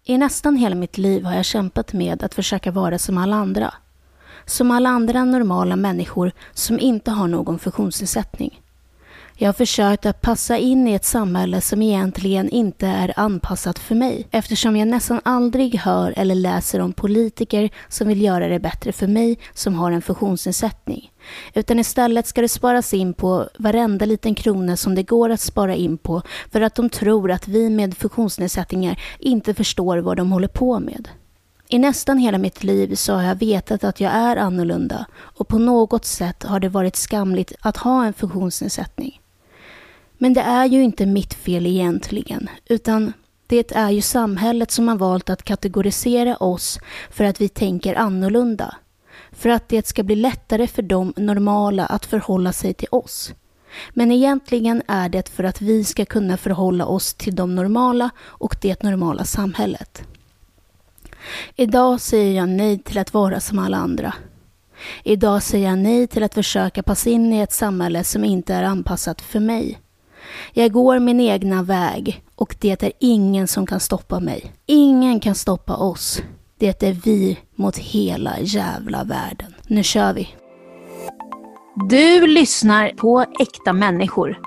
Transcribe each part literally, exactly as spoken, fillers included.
I nästan hela mitt liv har jag kämpat med att försöka vara som alla andra. Som alla andra normala människor som inte har någon funktionsnedsättning. Jag har försökt att passa in i ett samhälle som egentligen inte är anpassat för mig. Eftersom jag nästan aldrig hör eller läser om politiker som vill göra det bättre för mig som har en funktionsnedsättning. Utan istället ska det sparas in på varenda liten krona som det går att spara in på. För att de tror att vi med funktionsnedsättningar inte förstår vad de håller på med. I nästan hela mitt liv så har jag vetat att jag är annorlunda. Och på något sätt har det varit skamligt att ha en funktionsnedsättning. Men det är ju inte mitt fel egentligen, utan det är ju samhället som har valt att kategorisera oss för att vi tänker annorlunda. För att det ska bli lättare för de normala att förhålla sig till oss. Men egentligen är det för att vi ska kunna förhålla oss till de normala och det normala samhället. Idag säger jag nej till att vara som alla andra. Idag säger jag nej till att försöka passa in i ett samhälle som inte är anpassat för mig. Jag går min egna väg och det är ingen som kan stoppa mig. Ingen kan stoppa oss. Det är vi mot hela jävla världen. Nu kör vi. Du lyssnar på Äkta människor.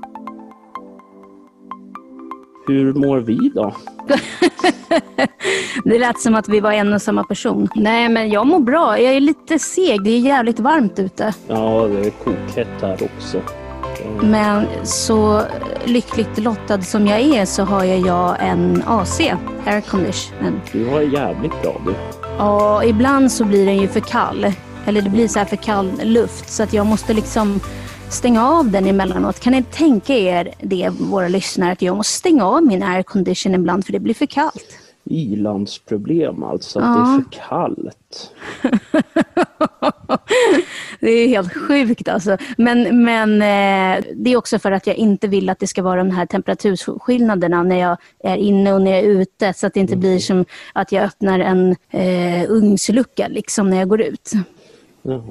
Hur mår vi då? Det lät som att vi var en och samma person. Nej, men jag mår bra. Jag är lite seg. Det är jävligt varmt ute. Ja, det är kokhett här också. Men så lyckligt lottad som jag är så har jag en A C, air condition. Du har jävligt bra du. Ja, ibland så blir den ju för kall. Eller det blir så här för kall luft så att jag måste liksom stänga av den emellanåt. Kan ni tänka er det, våra lyssnare, att jag måste stänga av min air condition ibland för det blir för kallt? Ilandsproblem alltså, att ja. Det är för kallt. Det är helt sjukt alltså. Men, men eh, det är också för att jag inte vill att det ska vara de här temperaturskillnaderna när jag är inne och när jag är ute. Så att det inte mm. blir som att jag öppnar en eh, ugnslucka liksom när jag går ut. Jaha.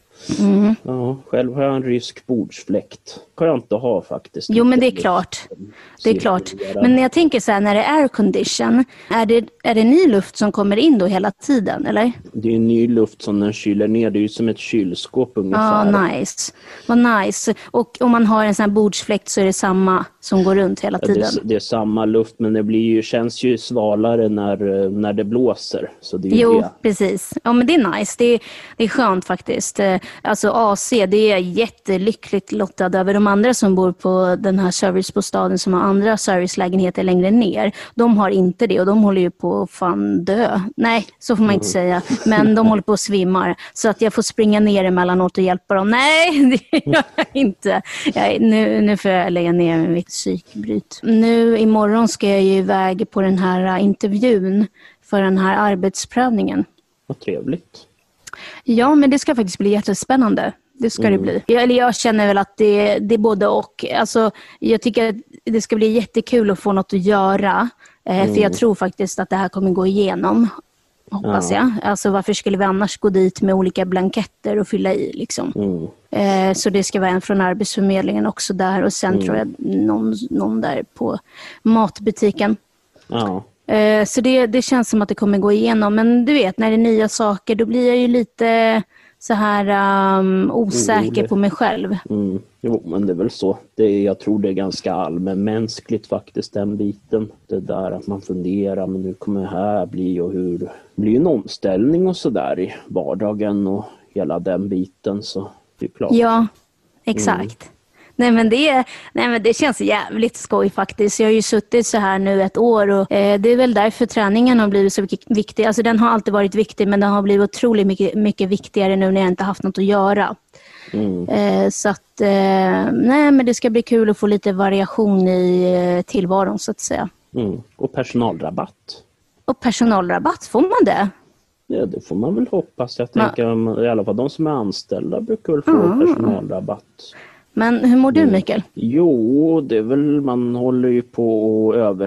Mm. Ja, själv har jag en rysk bordsfläkt. Kan jag inte ha faktiskt. Jo, men det är klart. Det är klart. Men när jag tänker så här, när det är air condition, är det, är det ny luft som kommer in då hela tiden, eller? Det är ny luft som den kyler ner. Det är ju som ett kylskåp ungefär. Ja, nice. Vad nice. Och om man har en sån här bordsfläkt så är det samma som går runt hela tiden. Ja, det, är, det är samma luft, men det blir ju, känns ju svalare när, när det blåser. Så det är jo, det. Precis. Ja, men det är nice. Det är, det är skönt faktiskt. Alltså A C, det är jättelyckligt lottad över de andra som bor på den här servicebostaden som har andra servicelägenheter längre ner. De har inte det och de håller ju på att fan dö. Nej, så får man inte säga. Men de håller på att svimmar. Så att jag får springa ner emellanåt och hjälpa dem. Nej, det gör jag inte. Jag, nu, nu får jag lägga ner mitt psykbryt. Nu imorgon ska jag ju iväg på den här intervjun för den här arbetsprövningen. Vad trevligt. Ja, men det ska faktiskt bli jättespännande. Det ska mm. det bli. Jag, eller jag känner väl att det, det är både och. Alltså, jag tycker att det ska bli jättekul att få något att göra. Eh, mm. För jag tror faktiskt att det här kommer gå igenom. Hoppas ja. jag. Alltså varför skulle vi annars gå dit med olika blanketter och fylla i liksom. Mm. Eh, så det ska vara en från Arbetsförmedlingen också där. Och sen mm. tror jag någon, någon där på matbutiken. Ja. Så det, det känns som att det kommer gå igenom. Men du vet, när det är nya saker då blir jag ju lite så här um, osäker mm, det, på mig själv. Mm, jo, men det är väl så. Det, jag tror det är ganska allmänmänskligt faktiskt, den biten. Det där att man funderar, men hur kommer det här bli och hur det blir en omställning och sådär i vardagen och hela den biten. Så det är klart. Ja, exakt. Mm. Nej men, det, nej men det känns jävligt skoj faktiskt. Jag har ju suttit så här nu ett år och eh, det är väl därför träningen har blivit så viktig. Alltså den har alltid varit viktig men den har blivit otroligt mycket, mycket viktigare nu när jag inte haft något att göra. Mm. Eh, så att, eh, nej men det ska bli kul att få lite variation i eh, tillvaron så att säga. Mm. Och personalrabatt. Och personalrabatt, får man det? Ja, det får man väl hoppas. Jag tänker, i alla fall de som är anställda brukar väl få mm. personalrabatt. Men hur mår du, Mikael? Jo, det är väl, man håller ju på att överhetta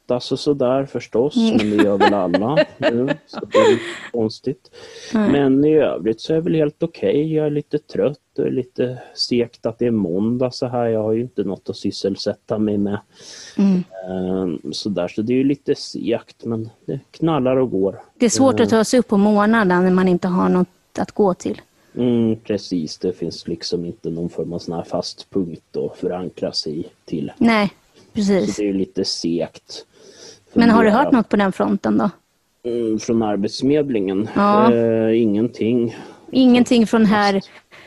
svettas och sådär förstås, mm. men det gör väl alla nu, så det är konstigt. Mm. Men i övrigt så är det väl helt okej. Okay. Jag är lite trött och lite segt att det är måndag så här. Jag har ju inte något att sysselsätta mig med. Mm. Um, så där, så det är ju lite segt, men det knallar och går. Det är svårt uh, att ta sig upp på månaden när man inte har något att gå till. Mm, precis, det finns liksom inte någon form av sån här fast punkt att förankra sig till. Nej, precis. Så det är ju lite segt. Men har du hört något på den fronten då? Mm, från Arbetsförmedlingen? Ja. Uh, ingenting. Ingenting från här...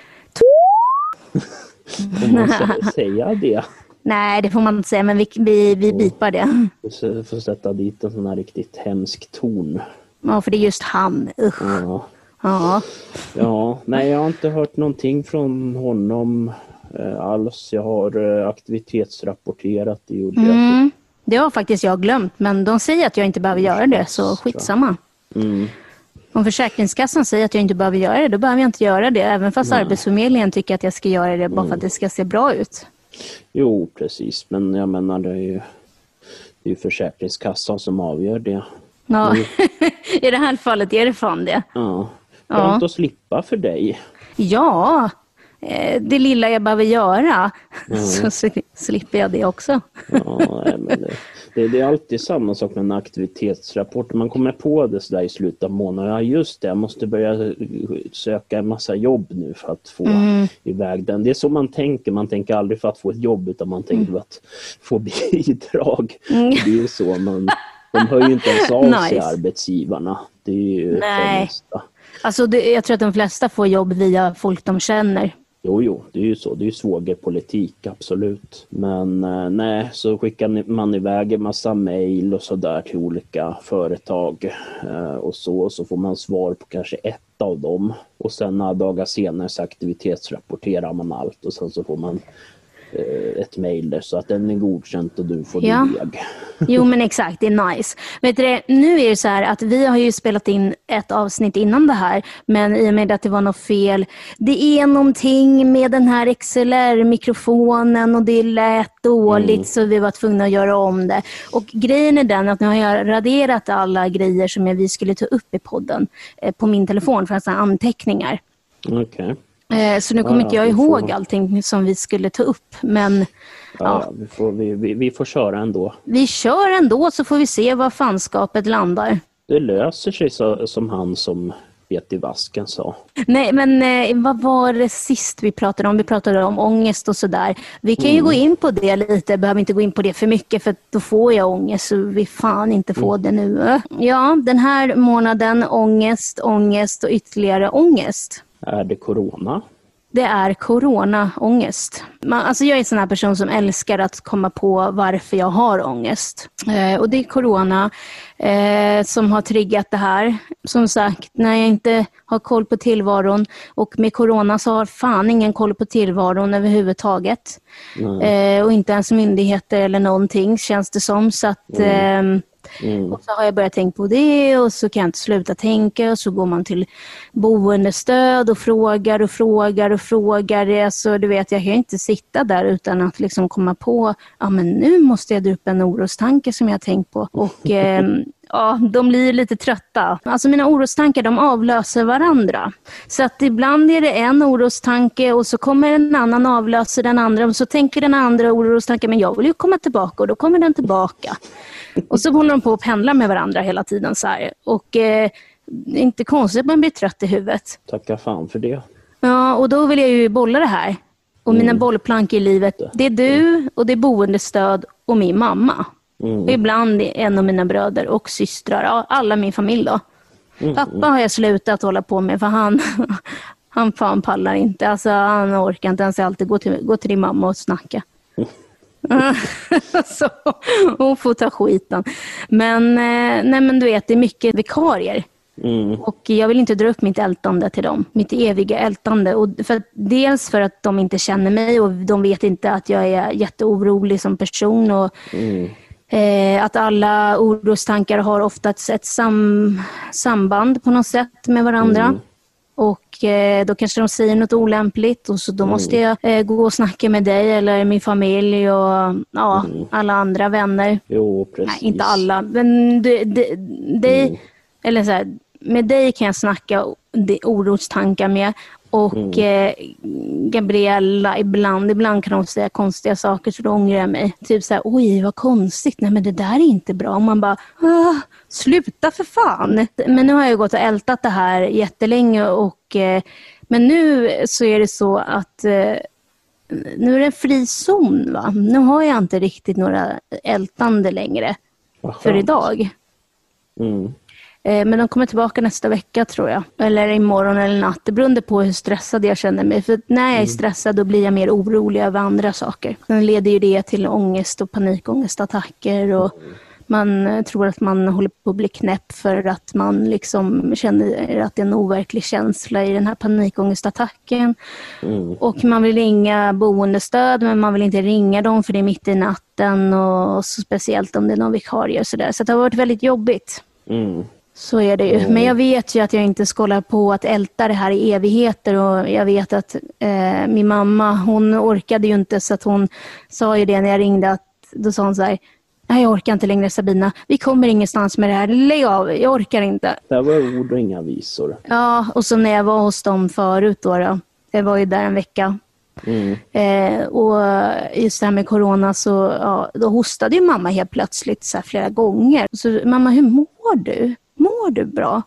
Får man säga det? Nej, det får man inte säga, men vi, vi, vi bipar det. Du får sätta dit en sån här riktigt hemsk ton. Ja, för det är just han. Usch. Ja. Ja. Ja, nej, jag har inte hört någonting från honom eh, alls. Jag har eh, aktivitetsrapporterat. Det gjorde mm. jag. Det har faktiskt jag glömt, men de säger att jag inte behöver göra det, så skitsamma. Mm. Om Försäkringskassan säger att jag inte behöver göra det, då behöver jag inte göra det. Även fast nej. Arbetsförmedlingen tycker att jag ska göra det bara mm. för att det ska se bra ut. Jo, precis. Men jag menar, det är ju, det är ju Försäkringskassan som avgör det. Ja, mm. i det här fallet är det fan det. Ja, skönt ja. Att slippa för dig. Ja, det lilla jag behöver göra mm. så slipper jag det också. Ja, men det, det, det är alltid samma sak med en aktivitetsrapport. Man kommer på det så där i slutet av månaden. Ja, just det, jag måste börja söka en massa jobb nu för att få mm. iväg den. Det är så man tänker. Man tänker aldrig för att få ett jobb, utan man tänker mm. för att få bidrag. Mm. Det är ju så. Man, de hör ju inte ens av sig, nice. Arbetsgivarna. Det är ju nej. Nästa. Alltså det, jag tror att de flesta får jobb via folk de känner. Jo, jo, det är ju så. Det är ju svågerpolitik, absolut. Men eh, nej, så skickar man iväg en massa mejl och sådär till olika företag. Eh, och så, så får man svar på kanske ett av dem. Och sen några dagar senare så aktivitetsrapporterar man allt. Och sen så får man eh, ett mejl där så att den är godkänt och du får ja. iväg. Jo, men exakt, det är nice. Vet du det, nu är det så här att vi har ju spelat in ett avsnitt innan det här, men i och med att det var något fel, det är någonting med den här X L R-mikrofonen och det lät dåligt mm. så vi var tvungna att göra om det. Och grejen är den att nu har jag raderat alla grejer som vi skulle ta upp i podden eh, på min telefon för sådana anteckningar. Okej. Okay. Så nu kommer ja, inte jag ihåg får... allting som vi skulle ta upp, men ja, ja. Vi, får, vi, vi, vi får köra ändå. Vi kör ändå, så får vi se var fanskapet landar. Det löser sig så, som han som vet i vasken sa. Nej, men eh, vad var det sist vi pratade om? Vi pratade om ångest och sådär. Vi kan ju mm. gå in på det lite, behöver inte gå in på det för mycket för då får jag ångest, så vi fan inte får mm. det nu. Ja, den här månaden ångest, ångest och ytterligare ångest. Är det corona? Det är coronaångest. Man, alltså jag är en sån här person som älskar att komma på varför jag har ångest. Eh, och det är corona eh, som har triggat det här. Som sagt, när jag inte har koll på tillvaron, och med corona så har fan ingen koll på tillvaron överhuvudtaget. Eh, och inte ens myndigheter eller någonting, känns det som. Så att... Mm. Eh, Mm. Och så har jag börjat tänka på det, och så kan jag inte sluta tänka, och så går man till boendestöd och frågar och frågar och frågar. Alltså, du vet, jag kan inte sitta där utan att liksom komma på, ja men nu måste jag dra upp en orostanke som jag har tänkt på. Och eh, ja, de blir lite trötta. Alltså mina orostankar, de avlöser varandra. Så att ibland är det en orostanke och så kommer en annan avlöser den andra, och så tänker den andra orostanke, men jag vill ju komma tillbaka, och då kommer den tillbaka. Och så håller de på att pendla med varandra hela tiden så här. Och eh, det är inte konstigt att man blir trött i huvudet. Tacka fan för det. Ja, och då vill jag ju bolla det här. Och mm. mina bollplank i livet, det är du och det är boendestöd och min mamma. Mm. Och ibland en av mina bröder och systrar. Ja, alla min familj då. Mm. Pappa har jag slutat hålla på med, för han, han fan pallar inte. Alltså han orkar inte ens alltid gå till, gå till din mamma och snacka. Så hon får ta skiten. Men, nej, men du vet, det är mycket vikarier. Mm. Och jag vill inte dra upp mitt ältande till dem. Mitt eviga ältande. Och för, dels för att de inte känner mig, och de vet inte att jag är jätteorolig som person. Och mm. eh, att alla orostankar har ofta ett sam, samband på något sätt med varandra. Mm. Och eh, då kanske de säger något olämpligt och så då mm. måste jag eh, gå och snacka med dig eller min familj och ja, mm. alla andra vänner. Jo, precis. Nej, inte alla, men dig, dig mm. eller så här, med dig kan jag snacka orostankar med. Och mm. eh, Gabriella, ibland, ibland kan hon säga konstiga saker så då ångrar jag mig. Typ så här, oj vad konstigt, nej men det där är inte bra. Och man bara, sluta för fan. Men nu har jag gått och ältat det här jättelänge och eh, men nu så är det så att eh, nu är det en fri zon va. Nu har jag inte riktigt några ältande längre Aha. för idag. Mm. Men de kommer tillbaka nästa vecka tror jag. Eller imorgon eller natt. Det beror på hur stressad jag känner mig. För när jag är stressad då blir jag mer orolig över andra saker. Sen leder ju det till ångest och panikångestattacker. Och man tror att man håller på att bli knäpp för att man liksom känner att det är en overklig känsla i den här panikångestattacken. Mm. Och man vill ringa boendestöd men man vill inte ringa dem för det är mitt i natten. Och så speciellt om det är någon vikarie och sådär. Så det har varit väldigt jobbigt. Mm. Så är det ju. Men jag vet ju att jag inte ska hålla på att älta det här i evigheter och jag vet att eh, min mamma, hon orkade ju inte så att hon sa ju det när jag ringde att då sa hon så här, nej jag orkar inte längre Sabina, vi kommer ingenstans med det här, lägg av, jag orkar inte. Det var ord och inga visor. Ja, och så när jag var hos dem förut då, då jag var ju där en vecka. Mm. Eh, och just det här med corona så ja, då hostade ju mamma helt plötsligt så här flera gånger. Så mamma, hur mår du? Mår du bra?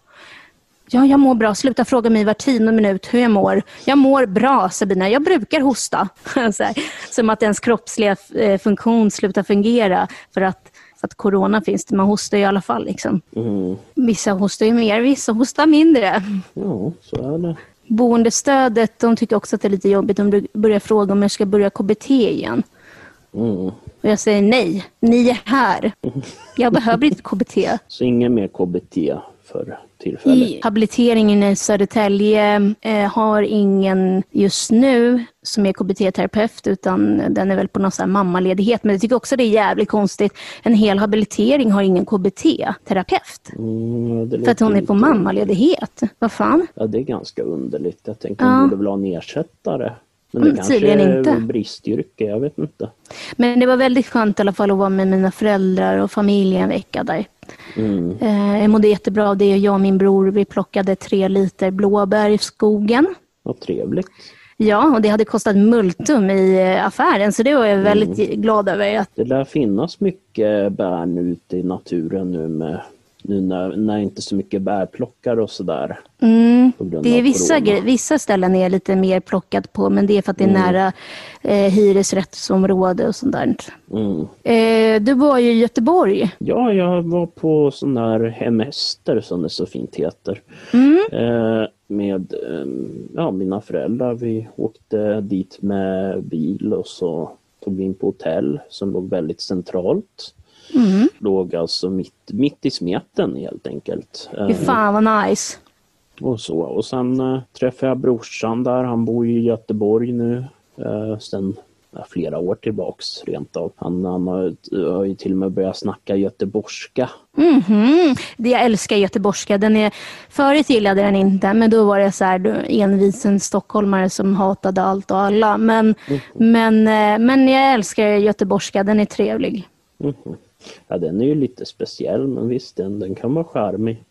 Ja, jag mår bra. Sluta fråga mig var tionde minut hur jag mår. Jag mår bra, Sabina. Jag brukar hosta. så här, som att ens kroppsliga eh, funktion slutar fungera för att, för att corona finns. Man hostar i alla fall. Liksom. Mm. Vissa hostar ju mer, vissa hostar mindre. Ja, så är det. Boendestödet, de tycker också att det är lite jobbigt. De börjar fråga om jag ska börja K B T igen. Mm. Och jag säger nej, ni är här. Jag behöver inte K B T. Så ingen mer K B T för tillfället? I habiliteringen i Södertälje eh, har ingen just nu som är K B T-terapeut utan den är väl på någon sån här mammaledighet. Men jag tycker också det är jävligt konstigt. En hel habilitering har ingen K B T-terapeut. Mm, för att hon är på mammaledighet. Vad fan? Ja, det är ganska underligt. Jag tänker att hon ja. borde väl ha en ersättare. Men det mm, kanske är inte. bristyrke, jag vet inte. Men det var väldigt skönt i alla fall att vara med mina föräldrar och familj en vecka där. Mm. Eh, jag mådde jättebra av det. Jag och min bror, vi plockade tre liter blåbär i skogen. Vad trevligt. Ja, och det hade kostat multum i affären så det var jag väldigt mm. glad över. Att... Det lär finnas mycket bär ute i naturen nu med... Nu när, när inte så mycket bärplockar och sådär. Mm. Det är vissa, vissa ställen är lite mer plockat på. Men det är för att det är mm. nära eh, hyresrättsområde och sånt där. Mm. Eh, du var ju i Göteborg. Ja, jag var på sån där hemester som det så fint heter. Mm. Eh, med eh, ja, mina föräldrar. Vi åkte dit med bil och så tog vi in på hotell som låg väldigt centralt. Mm. Låg alltså mitt, mitt i smeten helt enkelt. Fy fan vad nice. Och så. Och sen äh, träffade jag brorsan där. Han bor i Göteborg nu. Äh, sen äh, flera år tillbaks rent av. Han, han har, har ju till och med börjat snacka göteborgska. Mm-hmm. Det jag älskar göteborgska. Den är, förut gillade den inte. Men då var det så här envisen stockholmare som hatade allt och alla. Men, mm-hmm. men, äh, men jag älskar göteborgska. Den är trevlig. Mm-hmm. Ja, den är ju lite speciell, men visst, den, den kan vara charmig.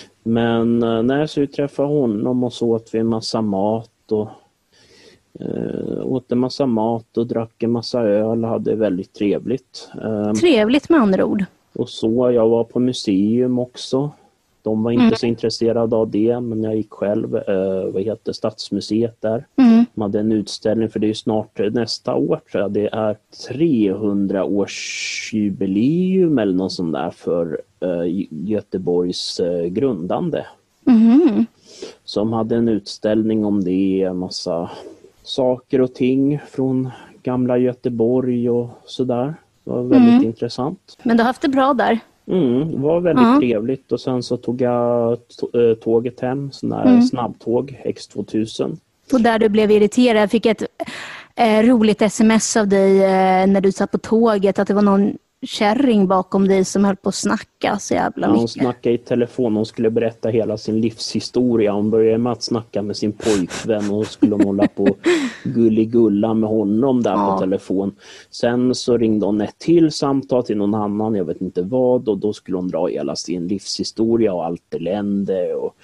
Men äh, när jag så träffade honom och så åt vi en massa mat och äh, åt en massa mat och drack en massa öl och hade väldigt trevligt. Äh, trevligt med andra ord. Och så, jag var på museum också. De var inte mm. så intresserade av det, men jag gick själv, eh, vad heter Stadsmuseet där. Mm. De hade en utställning, för det är ju snart nästa år tror jag. Det är trehundraårsjubileum eller något sånt där för eh, Göteborgs eh, grundande. Mm. Som hade en utställning om det, en massa saker och ting från gamla Göteborg och sådär. Det var väldigt mm. intressant. Men du har haft det bra där? Mm, det var väldigt uh-huh. trevligt och sen så tog jag t- tåget hem, sån här mm. snabbtåg X tvåtusen. Och där du blev irriterad, jag fick ett eh, roligt sms av dig eh, när du satt på tåget att det var någon kärring bakom dig som höll på att snacka så jävla ja, hon mycket. snackade i telefon, hon skulle berätta hela sin livshistoria. Hon började med att snacka med sin pojkvän och skulle hon hålla på gulligulla med honom där ja. på telefon. Sen så ringde hon ett till samtal till någon annan, jag vet inte vad, och då skulle hon dra hela sin livshistoria och allt elände och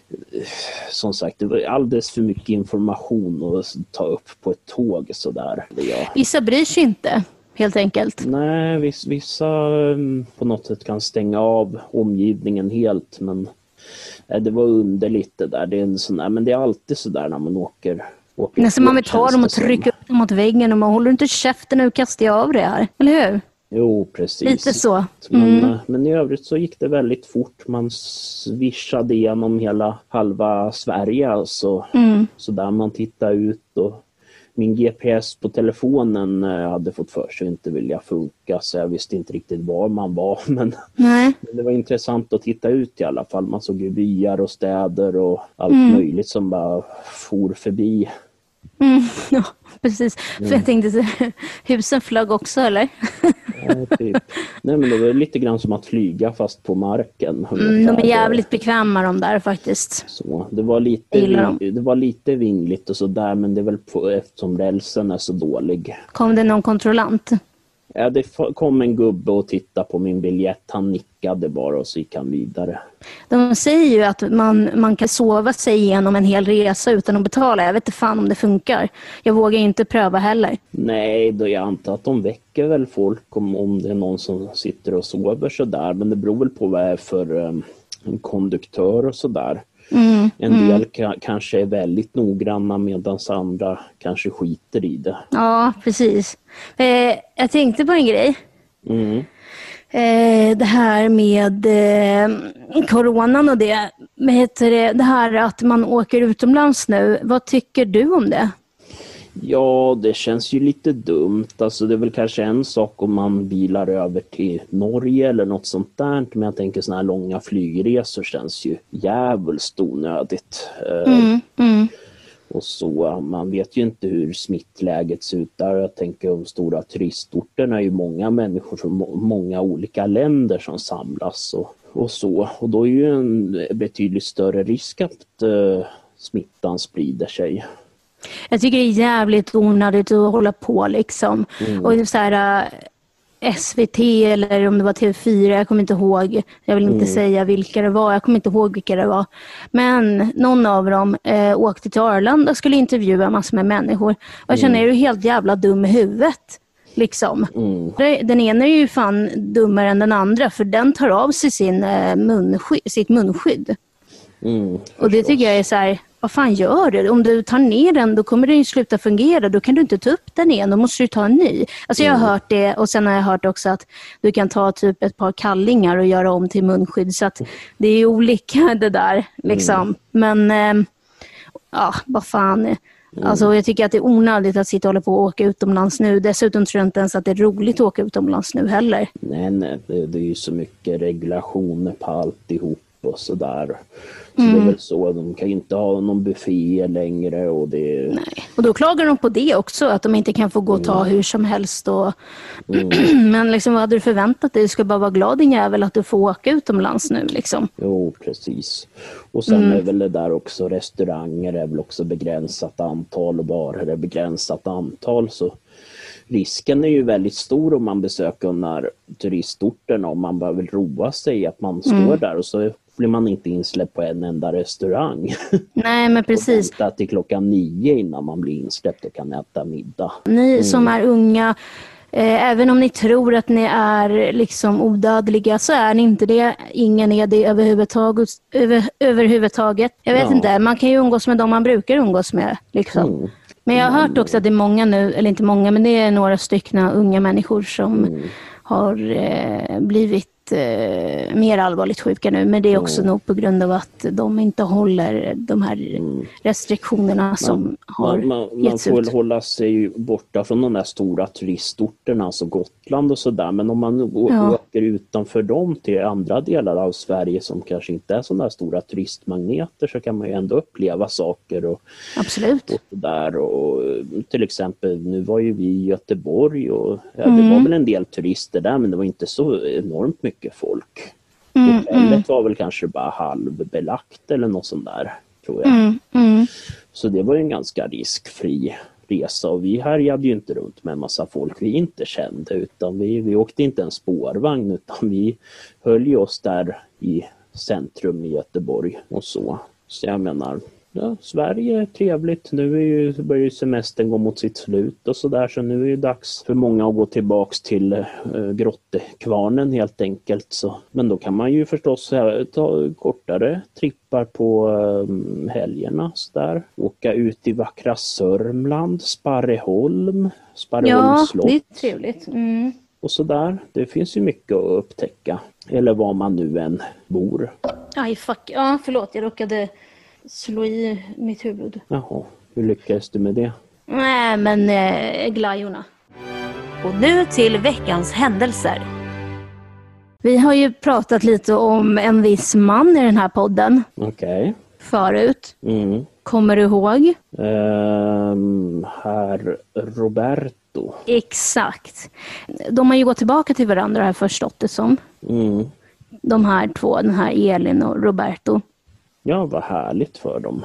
som sagt, det var alldeles för mycket information att ta upp på ett tåg sådär. Vissa bryr sig inte. Helt enkelt. Nej, viss, vissa på något sätt kan stänga av omgivningen helt, men äh, det var underligt det där. Det är en sån där, men det är alltid så där när man åker. åker Nästan man vill ta dem och trycka upp dem mot väggen och man håller inte käften nu, kastar jag av det här. Eller hur? Jo, precis. Lite så. Men, mm. men i övrigt så gick det väldigt fort. Man svischade igenom hela halva Sverige. Alltså. Mm. Så där man tittade ut och min G P S på telefonen hade fått för sig att inte vilja funka, så jag visste inte riktigt var man var. Men Nej. det var intressant att titta ut i alla fall. Man såg ju byar och städer och allt mm. möjligt som bara for förbi. Mm, ja, precis. Mm. För jag tänkte, husen flög också, eller? Ja, typ. Nej, men det var lite grann som att flyga fast på marken. Mm, de är jävligt bekväma de där faktiskt. Så, det, var lite, ving, det var lite vingligt och så där, men det är väl på, eftersom rälsen är så dålig. Kom det någon kontrollant? Ja, det kom en gubbe och tittade på min biljett. Han nickade bara och så gick han vidare. De säger ju att man, man kan sova sig igenom en hel resa utan att betala. Jag vet inte fan om det funkar. Jag vågar inte pröva heller. Nej, då jag antar att de väcker väl folk om, om det är någon som sitter och sover så där. Men det beror väl på vad det är för um, en konduktör och så där. Mm, en del mm. ka- kanske är väldigt noggranna medan andra kanske skiter i det. Ja, precis. Eh, jag tänkte på en grej. Mm. Eh, det här med eh, coronan och det. Vad heter det, det här att man åker utomlands nu. Vad tycker du om det? Ja, det känns ju lite dumt. Alltså det är väl kanske en sak om man bilar över till Norge eller något sånt där. Men jag tänker såna här långa flygresor känns ju jävligt onödigt. Mm, mm. Och så, man vet ju inte hur smittläget ser ut där. Jag tänker de stora turistorterna är ju många människor från må- många olika länder som samlas och, och så. Och då är ju en betydligt större risk att uh, smittan sprider sig. Jag tycker det är jävligt onödigt att hålla på liksom. Mm. Och så här S V T eller om det var T V fyra, jag kommer inte ihåg. Jag vill inte mm. säga vilka det var. Jag kommer inte ihåg vilka det var. Men någon av dem eh, åkte till Arlanda och skulle intervjua massor med människor. Och jag känner, mm. är du helt jävla dum i huvudet? Liksom. Mm. Den ena är ju fan dummare än den andra, för den tar av sig sin, eh, munsky- sitt munskydd. Mm, och det tycker jag är så här, vad fan gör du? Om du tar ner den, då kommer den ju sluta fungera. Då kan du inte ta upp den igen, då måste du ta en ny. Alltså jag har hört det, och sen har jag hört också att du kan ta typ ett par kallingar och göra om till munskydd. Så att det är olika det där liksom. Mm. Men äh, ja, vad fan. Mm. Alltså jag tycker att det är onödigt att sitta och hålla på och åka utomlands nu. Dessutom tror jag inte ens att det är roligt att åka utomlands nu heller. Nej, nej. Det, det är ju så mycket regulationer på alltihop och sådär. Så Mm. det är väl så, de kan inte ha någon buffé längre och det... Nej. Och då klagar de på det också, att de inte kan få gå och ta mm. hur som helst. Och... Mm. Men liksom, vad hade du förväntat dig? Du ska bara vara glad din jävel att du får åka utomlands nu liksom. Jo, precis. Och sen mm. är väl det där också, restauranger är väl också begränsat antal och barer är begränsat antal, så risken är ju väldigt stor om man besöker de här turistorterna, om man bara vill roa sig, att man står mm. där och så blir man inte insläppt på en enda restaurang. Nej, men precis. Och vänta till klockan nio innan man blir insläppt och kan äta middag. Ni mm. som är unga, eh, även om ni tror att ni är liksom odödliga, så är ni inte det. Ingen är det överhuvudtaget. Över, överhuvudtaget. Jag vet ja. inte, man kan ju umgås med dem man brukar umgås med. Liksom. Mm. Men jag har hört också att det är många nu, eller inte många, men det är några stycken unga människor som mm. har eh, blivit blivit eh, mer allvarligt sjuka nu. Men det är också mm. nog på grund av att de inte håller de här mm. restriktionerna som man, har man, man, getts man får ut. väl hålla sig borta från de där stora turistorterna, alltså Gotland och sådär. Men om man ja. åker utanför dem till andra delar av Sverige som kanske inte är sådana stora turistmagneter, så kan man ju ändå uppleva saker. Och, Absolut. Och där, och till exempel, nu var ju vi i Göteborg och ja, mm. det var väl en del turister där, men det var inte så enormt mycket folk. Mm, Hotellet mm. var väl kanske bara halvbelagt eller något sånt där, tror jag. Mm, mm. Så det var ju en ganska riskfri resa, och vi härjade ju inte runt med en massa folk vi inte kände, utan vi, vi åkte inte en spårvagn, utan vi höll ju oss där i centrum i Göteborg och så. Så jag menar, ja, Sverige är trevligt. Nu är ju, börjar ju semestern gå mot sitt slut och sådär, så nu är det dags för många att gå tillbaks till äh, grottekvarnen helt enkelt. Så. Men då kan man ju förstås äh, ta kortare trippar på äh, helgerna så där. Åka ut i vackra Sörmland, Sparreholm, Sparreholms slott. Ja, det är trevligt. Mm. Och sådär. Det finns ju mycket att upptäcka. Eller var man nu än bor. Aj, fuck. Ja, förlåt. Jag råkade slå i mitt huvud. Jaha, hur lyckades du med det? Nej, men eh, glajorna. Och nu till veckans händelser. Vi har ju pratat lite om en viss man i den här podden. Okej. Okay. Förut. Mm. Kommer du ihåg? Um, herr Roberto. Exakt. De har ju gått tillbaka till varandra, här förstått det som. Mm. De här två, den här Elin och Roberto. Ja, vad härligt för dem.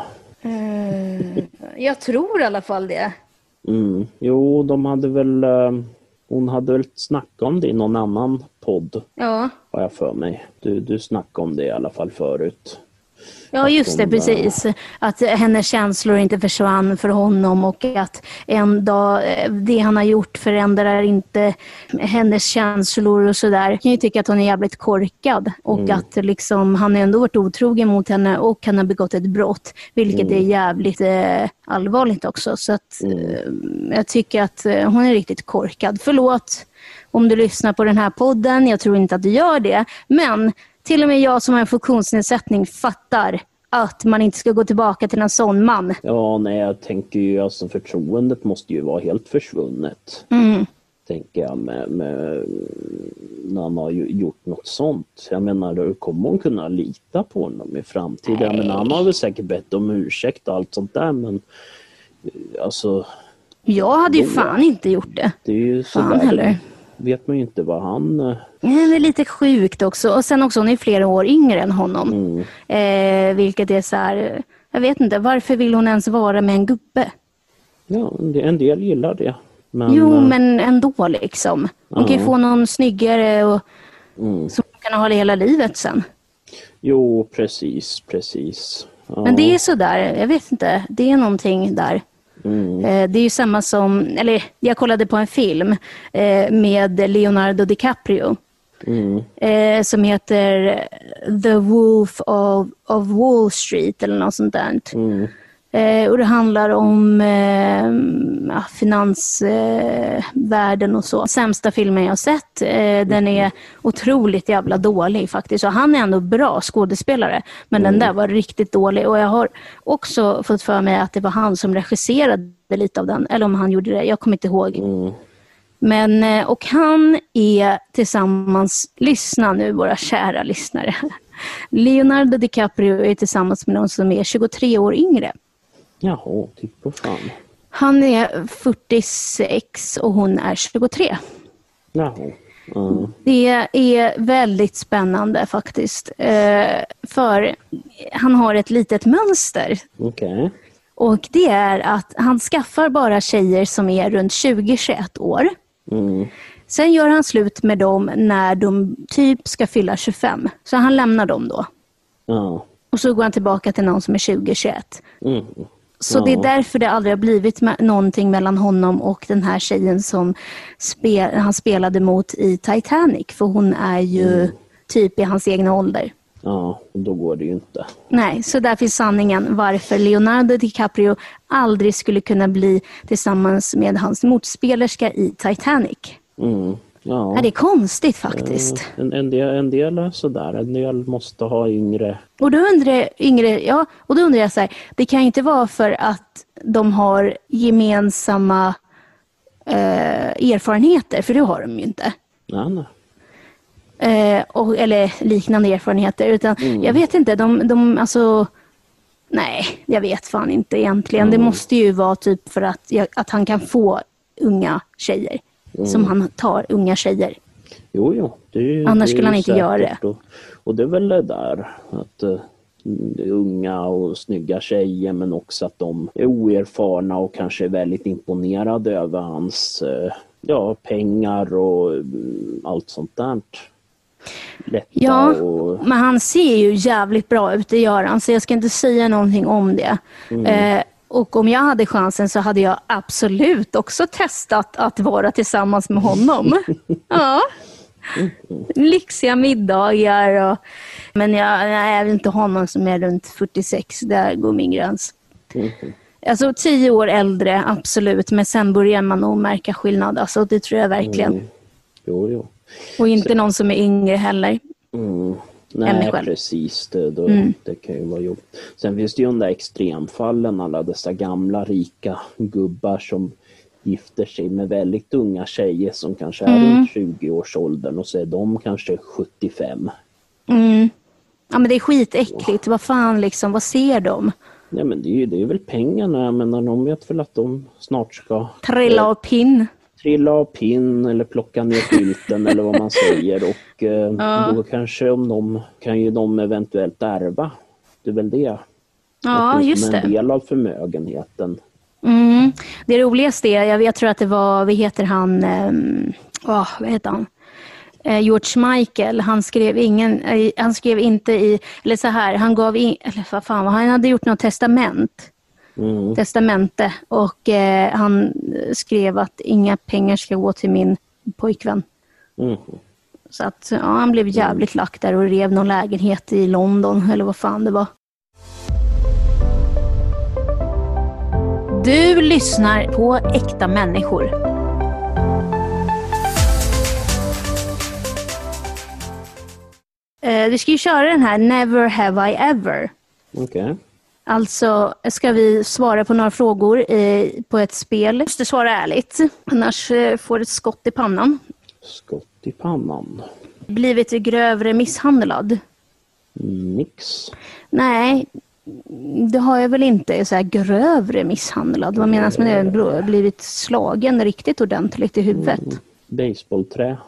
Uh, jag tror i alla fall det. Mm. Jo, de hade väl... Uh, hon hade väl snackat om det i någon annan podd. Ja. Har jag för mig. Du, du snackade om det i alla fall förut. Ja, just det, precis. Att hennes känslor inte försvann för honom, och att en dag, det han har gjort förändrar inte hennes känslor och sådär. Jag kan ju tycka att hon är jävligt korkad, och mm. att liksom, han har ändå varit otrogen mot henne och han har begått ett brott, vilket mm. är jävligt eh, allvarligt också. Så att mm. eh, jag tycker att eh, hon är riktigt korkad. Förlåt om du lyssnar på den här podden, jag tror inte att du gör det, men till och med jag som har en funktionsnedsättning fattar att man inte ska gå tillbaka till en sån man. Ja, nej, jag tänker ju, alltså förtroendet måste ju vara helt försvunnet. Mm. Tänker jag, med, med, när han har gjort något sånt. Jag menar, då kommer hon kunna lita på honom i framtiden. Jag menar, han har väl säkert bett om ursäkt och allt sånt där, men alltså... Jag hade ju då, fan inte gjort det. Det är ju så fan där, heller. Vet man ju inte vad han... Det är lite sjukt också. Och sen också, hon är flera år yngre än honom. Mm. Eh, vilket är så här... Jag vet inte, varför vill hon ens vara med en gubbe? Ja, en del gillar det. Men, jo, men ändå liksom. Hon ja. kan ju få någon snyggare och mm. som kan ha det hela livet sen. Jo, precis, precis. Ja. Men det är så där, jag vet inte. Det är någonting där. Mm. Det är ju samma som, eller jag kollade på en film med Leonardo DiCaprio mm. som heter The Wolf of, of Wall Street eller något sånt där. Mm. Och det handlar om ja, finansvärlden och så. Sämsta filmen jag har sett, den är otroligt jävla dålig faktiskt. Och han är ändå bra skådespelare, men mm. den där var riktigt dålig. Och jag har också fått för mig att det var han som regisserade lite av den. Eller om han gjorde det, jag kommer inte ihåg. Mm. Men, och han är tillsammans, lyssna nu våra kära lyssnare. Leonardo DiCaprio är tillsammans med någon som är tjugotre år yngre. Jaha, typ på fan. Han är fyrtiosex och hon är tjugotre. Jaha. Mm. Det är väldigt spännande faktiskt. Eh, för han har ett litet mönster. Okej. Okay. Och det är att han skaffar bara tjejer som är runt tjugo till tjugoett år. Mm. Sen gör han slut med dem när de typ ska fylla tjugofem. Så han lämnar dem då. Ja. Och så går han tillbaka till någon som är tjugo till tjugoett. Mm. Så ja. det är därför det aldrig har blivit någonting mellan honom och den här tjejen som spel, han spelade mot i Titanic. För hon är ju mm. typ i hans egna ålder. Ja, då går det ju inte. Nej, så där finns sanningen varför Leonardo DiCaprio aldrig skulle kunna bli tillsammans med hans motspelerska i Titanic. Mm. Ja. Ja, det är konstigt faktiskt. Eh, En, en, del, en del är sådär, en del måste ha yngre. Och då undrar jag, yngre, ja, och då undrar jag så här, det kan ju inte vara för att de har gemensamma eh, erfarenheter, för det har de ju inte. Nej, nej. Eh, och, eller liknande erfarenheter, utan Mm. jag vet inte, de, de alltså, nej, jag vet fan inte egentligen. Mm. Det måste ju vara typ för att, jag, att han kan få unga tjejer, Mm. som han tar unga tjejer. Jo, jo. Det är, ju- Annars det är skulle ju han inte säkert. göra det. Och, och det är väl det där att uh, unga och snygga tjejer, men också att de är oerfarna och kanske är väldigt imponerade över hans uh, ja, pengar och uh, allt sånt där. Lätta Ja, och... men han ser ju jävligt bra ut, det gör han, så jag ska inte säga någonting om det. Mm. Eh, och om jag hade chansen så hade jag absolut också testat att vara tillsammans med honom. Ja. Lyxiga middagar. Och... Men jag, nej, jag vill inte ha någon som är runt fyrtiosex, där går min gräns. Mm. Alltså tio år äldre, absolut, men sen börjar man nog märka skillnad. Alltså, det tror jag verkligen. Mm. Jo, jo. Och inte någon som är yngre heller. Mm. Än mig Nej, själv. precis. Det, då, Mm. det kan ju vara jobbigt. Sen finns det ju de där extremfallen, alla dessa gamla rika gubbar som gifter sig med väldigt unga tjejer som kanske är Mm. runt tjugo-årsåldern och så är de kanske sjuttiofem. Mm. Ja, men det är skitäckligt. Vad fan liksom, vad ser de? Nej, men det är ju det är väl pengarna, men de vet väl att de snart ska Trilla av pinn. trilla av pinn eller plocka ner skylten eller vad man säger, och eh, Ja. då kanske om de kan ju de eventuellt ärva. Det är väl det. Ja, Åtminstone just en det. del av förmögenheten. Mm. Det roligaste är, jag, jag tror att det var, vad heter han, um, oh, vad heter han? Eh, George Michael, han skrev ingen, eh, han skrev inte i, eller så här, han gav in, eller vad fan, han hade gjort något testament. Mm. testamente och eh, han skrev att inga pengar ska gå till min pojkvän. Mm. Så att ja, han blev jävligt lack där och rev någon lägenhet i London eller vad fan det var. Du lyssnar på Äkta människor. Eh, vi ska ju köra den här Never have I ever. Okej. Alltså ska vi svara på några frågor i, på ett spel. Måste svara ärligt, annars eh, får ett skott i pannan. Skott i pannan. Blivit grövre misshandlad? Nix. Nej, det har jag väl inte. Så här grövre misshandlad. Vad menas med det? Bl- Blivit slagen riktigt ordentligt i huvudet? Mm. Baseballträ.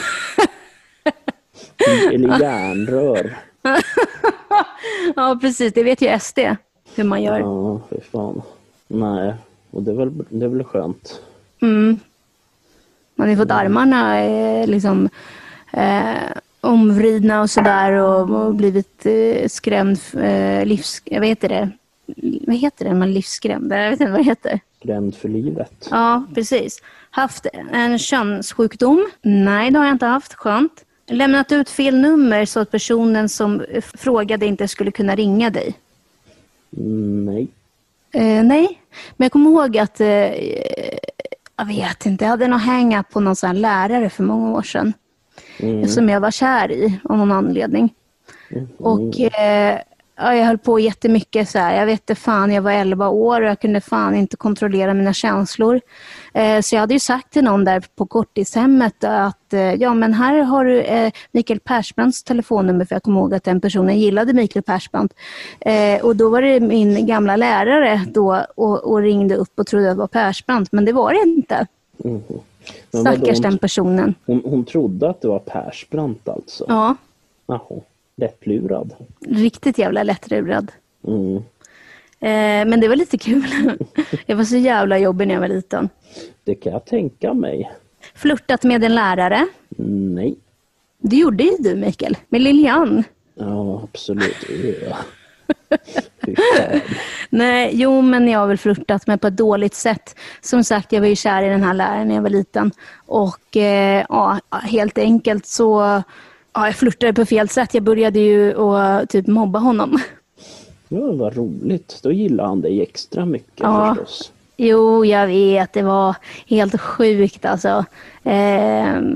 Eller järnrör. Ja, precis. Det vet ju S D hur man gör. Ja, för fan. Nej, och det är väl, det är väl skönt. Mm. Man har fått armarna eh, liksom eh, omvridna och sådär och, och blivit eh, skrämd eh, livs... Jag vet inte det. Vad heter det? Man livsskrämd. Jag vet inte vad det heter. Skrämd för livet. Ja, precis. Haft en könssjukdom? Nej, det har jag inte haft. Skönt. Lämnat ut fel nummer så att personen som frågade inte skulle kunna ringa dig? Mm, nej. Eh, nej, men jag kommer ihåg att eh, jag vet inte, jag hade någon hänga på någon sån här lärare för många år sedan. Mm. Som jag var kär i av någon anledning. Mm. Och eh, ja, jag höll på jättemycket så här. Jag vet inte fan, jag var elva år och jag kunde fan inte kontrollera mina känslor. Eh, så jag hade ju sagt till någon där på korttidshemmet att eh, ja, men här har du eh, Mikael Persbrandts telefonnummer, för jag kommer ihåg att den personen gillade Mikael Persbrandt. Eh, och då var det min gamla lärare då och, och ringde upp och trodde att det var Persbrandt, men det var det inte. Mm. Men vadå, Stackars den hon, personen. hon, hon trodde att det var Persbrandt alltså? Ja, Jaha, lättlurad. riktigt jävla lättlurad. Mm. Eh, men det var lite kul. Jag var så jävla jobbig när jag var liten. Det kan jag tänka mig. Flirtat med en lärare. Nej. Det gjorde ju du, Mikael. Med Lilian. Ja, absolut. Ja. Fy fan. Nej, jo, men jag har väl flirtat med på ett dåligt sätt. Som sagt, jag var ju kär i den här läraren när jag var liten. Och eh, ja, helt enkelt så... Ja, jag flirtade på fel sätt. Jag började ju att typ mobba honom. Ja, vad roligt. Då gillar han dig extra mycket Ja. förstås. Jo, jag vet. Det var helt sjukt alltså. Eh,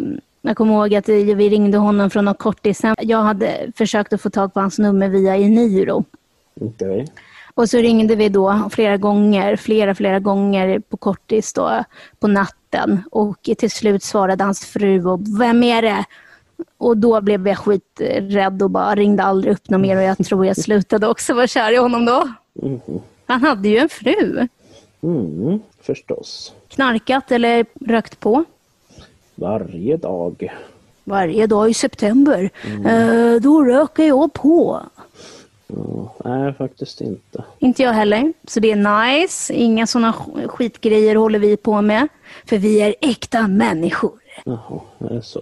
Jag kommer ihåg att vi ringde honom från något kortis. Jag hade försökt att få tag på hans nummer via Eniro. Okej. Okay. Och så ringde vi då flera gånger, flera, flera gånger på kortis då, på natten. Och till slut svarade hans fru och vem är det? Och då blev jag skiträdd och bara ringde aldrig upp någon mer. Och jag tror jag slutade också vara kär i honom då. Mm. Han hade ju en fru. Mm, förstås. Knarkat eller rökt på? Varje dag. Varje dag i september. Mm. Eh, då röker jag på. Ja, nej, faktiskt inte. Inte jag heller. Så det är nice. Inga sådana skitgrejer håller vi på med. För vi är äkta människor. Jaha, det är så.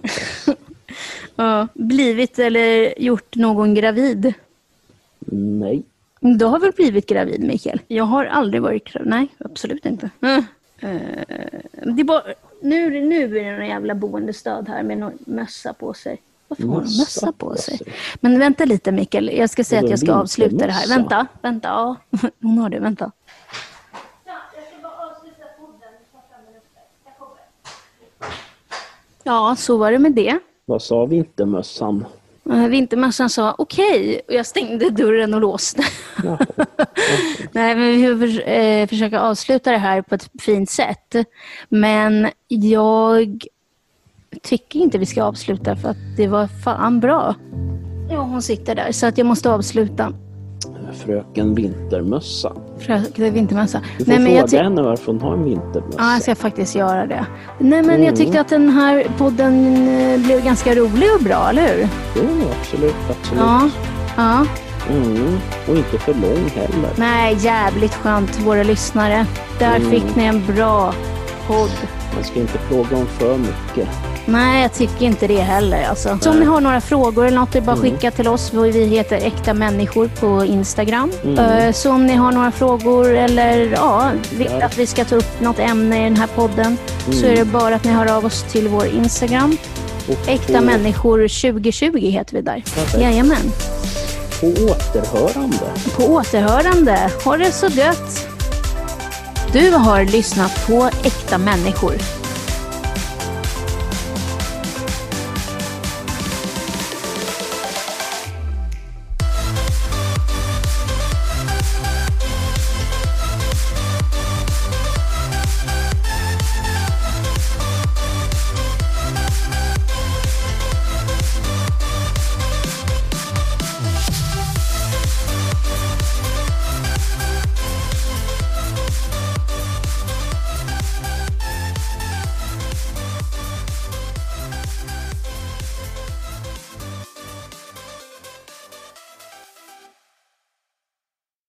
Ja, blivit eller gjort någon gravid? Nej. Du har väl blivit gravid, Mikael? Jag har aldrig varit gravid. Nej, absolut inte. Mm. Uh, det är bara, nu, nu är det en jävla boendestöd här med någon mössa på sig. Varför har de mössa på sig? Men vänta lite, Mikael. Jag ska säga att jag ska avsluta det här. Vänta, vänta. Ja, hon har det. Vänta. Ja, jag ska bara avsluta podden. Jag kommer. Ja, så var det med det. Vad sa vintermössan? Uh, vintermössan sa okej. Okay. Och jag stängde dörren och låste. Jaha. Nej, men vi för, eh, försöker avsluta det här på ett fint sätt. Men jag tycker inte vi ska avsluta för att det var fan bra. Ja, hon sitter där så att jag måste avsluta. Fröken Vintermössa. Fröken Vintermössa. Du får Nej, men fråga jag ty- henne varför hon har en vintermössa. Ja, jag ska faktiskt göra det. Nej, men Mm. jag tyckte att den här podden blev ganska rolig och bra, eller hur? Jo, absolut, absolut. Ja, ja. Mm. Och inte för lång heller. Nej, jävligt skönt våra lyssnare. Där Mm. fick ni en bra podd. Man ska inte fråga om för mycket. Nej, jag tycker inte det heller. Alltså. Så om ni har några frågor eller något, det är bara Mm. skicka till oss. Vi heter Äkta Människor på Instagram. Mm. Uh, så om ni har några frågor eller ja, vill Ja. att vi ska ta upp något ämne i den här podden Mm. så är det bara att ni hör av oss till vår Instagram. Och Äkta på, Människor tjugo tjugo heter vi där. Perfekt. Jajamän. på återhörande. På återhörande. Ha det så gött. Du har lyssnat på Äkta Människor.